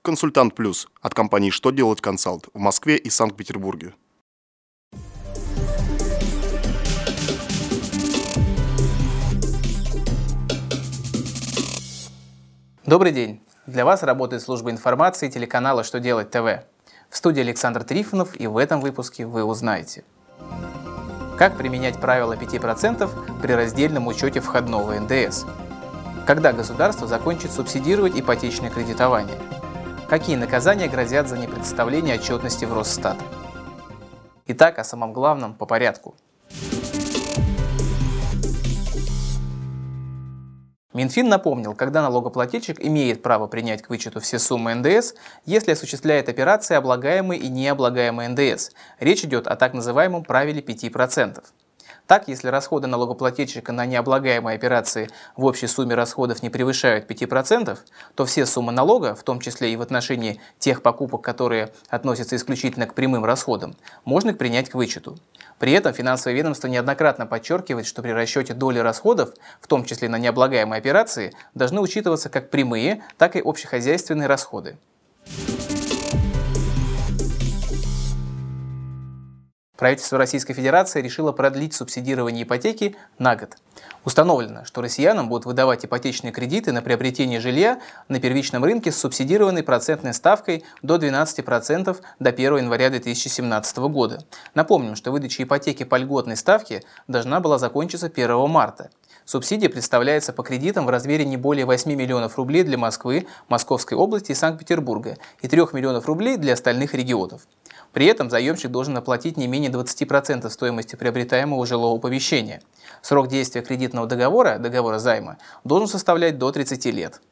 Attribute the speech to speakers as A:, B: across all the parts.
A: Консультант Плюс от компании «Что делать консалт» в Москве и Санкт-Петербурге.
B: Добрый день! Для вас работает служба информации телеканала «Что делать ТВ». В студии Александр Трифонов, и в этом выпуске вы узнаете: как применять правило 5% при раздельном учете входного НДС, когда государство закончит субсидировать ипотечное кредитование, какие наказания грозят за непредставление отчетности в Росстат. Итак, о самом главном по порядку. Минфин напомнил, когда налогоплательщик имеет право принять к вычету все суммы НДС, если осуществляет операции, облагаемые и необлагаемые НДС. Речь идет о так называемом правиле 5%. Так, если расходы налогоплательщика на необлагаемые операции в общей сумме расходов не превышают 5%, то все суммы налога, в том числе и в отношении тех покупок, которые относятся исключительно к прямым расходам, можно принять к вычету. При этом финансовое ведомство неоднократно подчеркивает, что при расчете доли расходов, в том числе на необлагаемые операции, должны учитываться как прямые, так и общехозяйственные расходы. Правительство Российской Федерации решило продлить субсидирование ипотеки на год. Установлено, что россиянам будут выдавать ипотечные кредиты на приобретение жилья на первичном рынке с субсидированной процентной ставкой до 12% до 1 января 2017 года. Напомним, что выдача ипотеки по льготной ставке должна была закончиться 1 марта. Субсидия представляется по кредитам в размере не более 8 миллионов рублей для Москвы, Московской области и Санкт-Петербурга и 3 миллионов рублей для остальных регионов. При этом заемщик должен оплатить не менее 20% стоимости приобретаемого жилого помещения. Срок действия кредитного договора займа, должен составлять до 30 лет.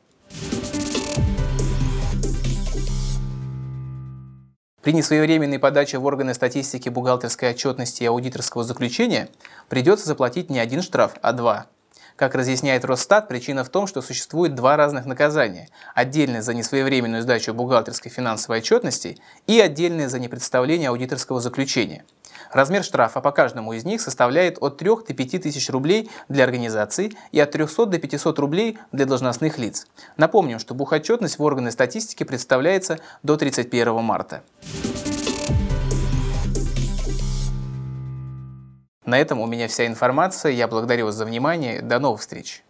B: При несвоевременной подаче в органы статистики бухгалтерской отчетности и аудиторского заключения придется заплатить не один штраф, а два. Как разъясняет Росстат, причина в том, что существует два разных наказания. Отдельное за несвоевременную сдачу бухгалтерской финансовой отчетности и отдельное за непредставление аудиторского заключения. Размер штрафа по каждому из них составляет от 3 до 5 тысяч рублей для организаций и от 300 до 500 рублей для должностных лиц. Напомним, что бухотчетность в органы статистики представляется до 31 марта. На этом у меня вся информация. Я благодарю вас за внимание. До новых встреч!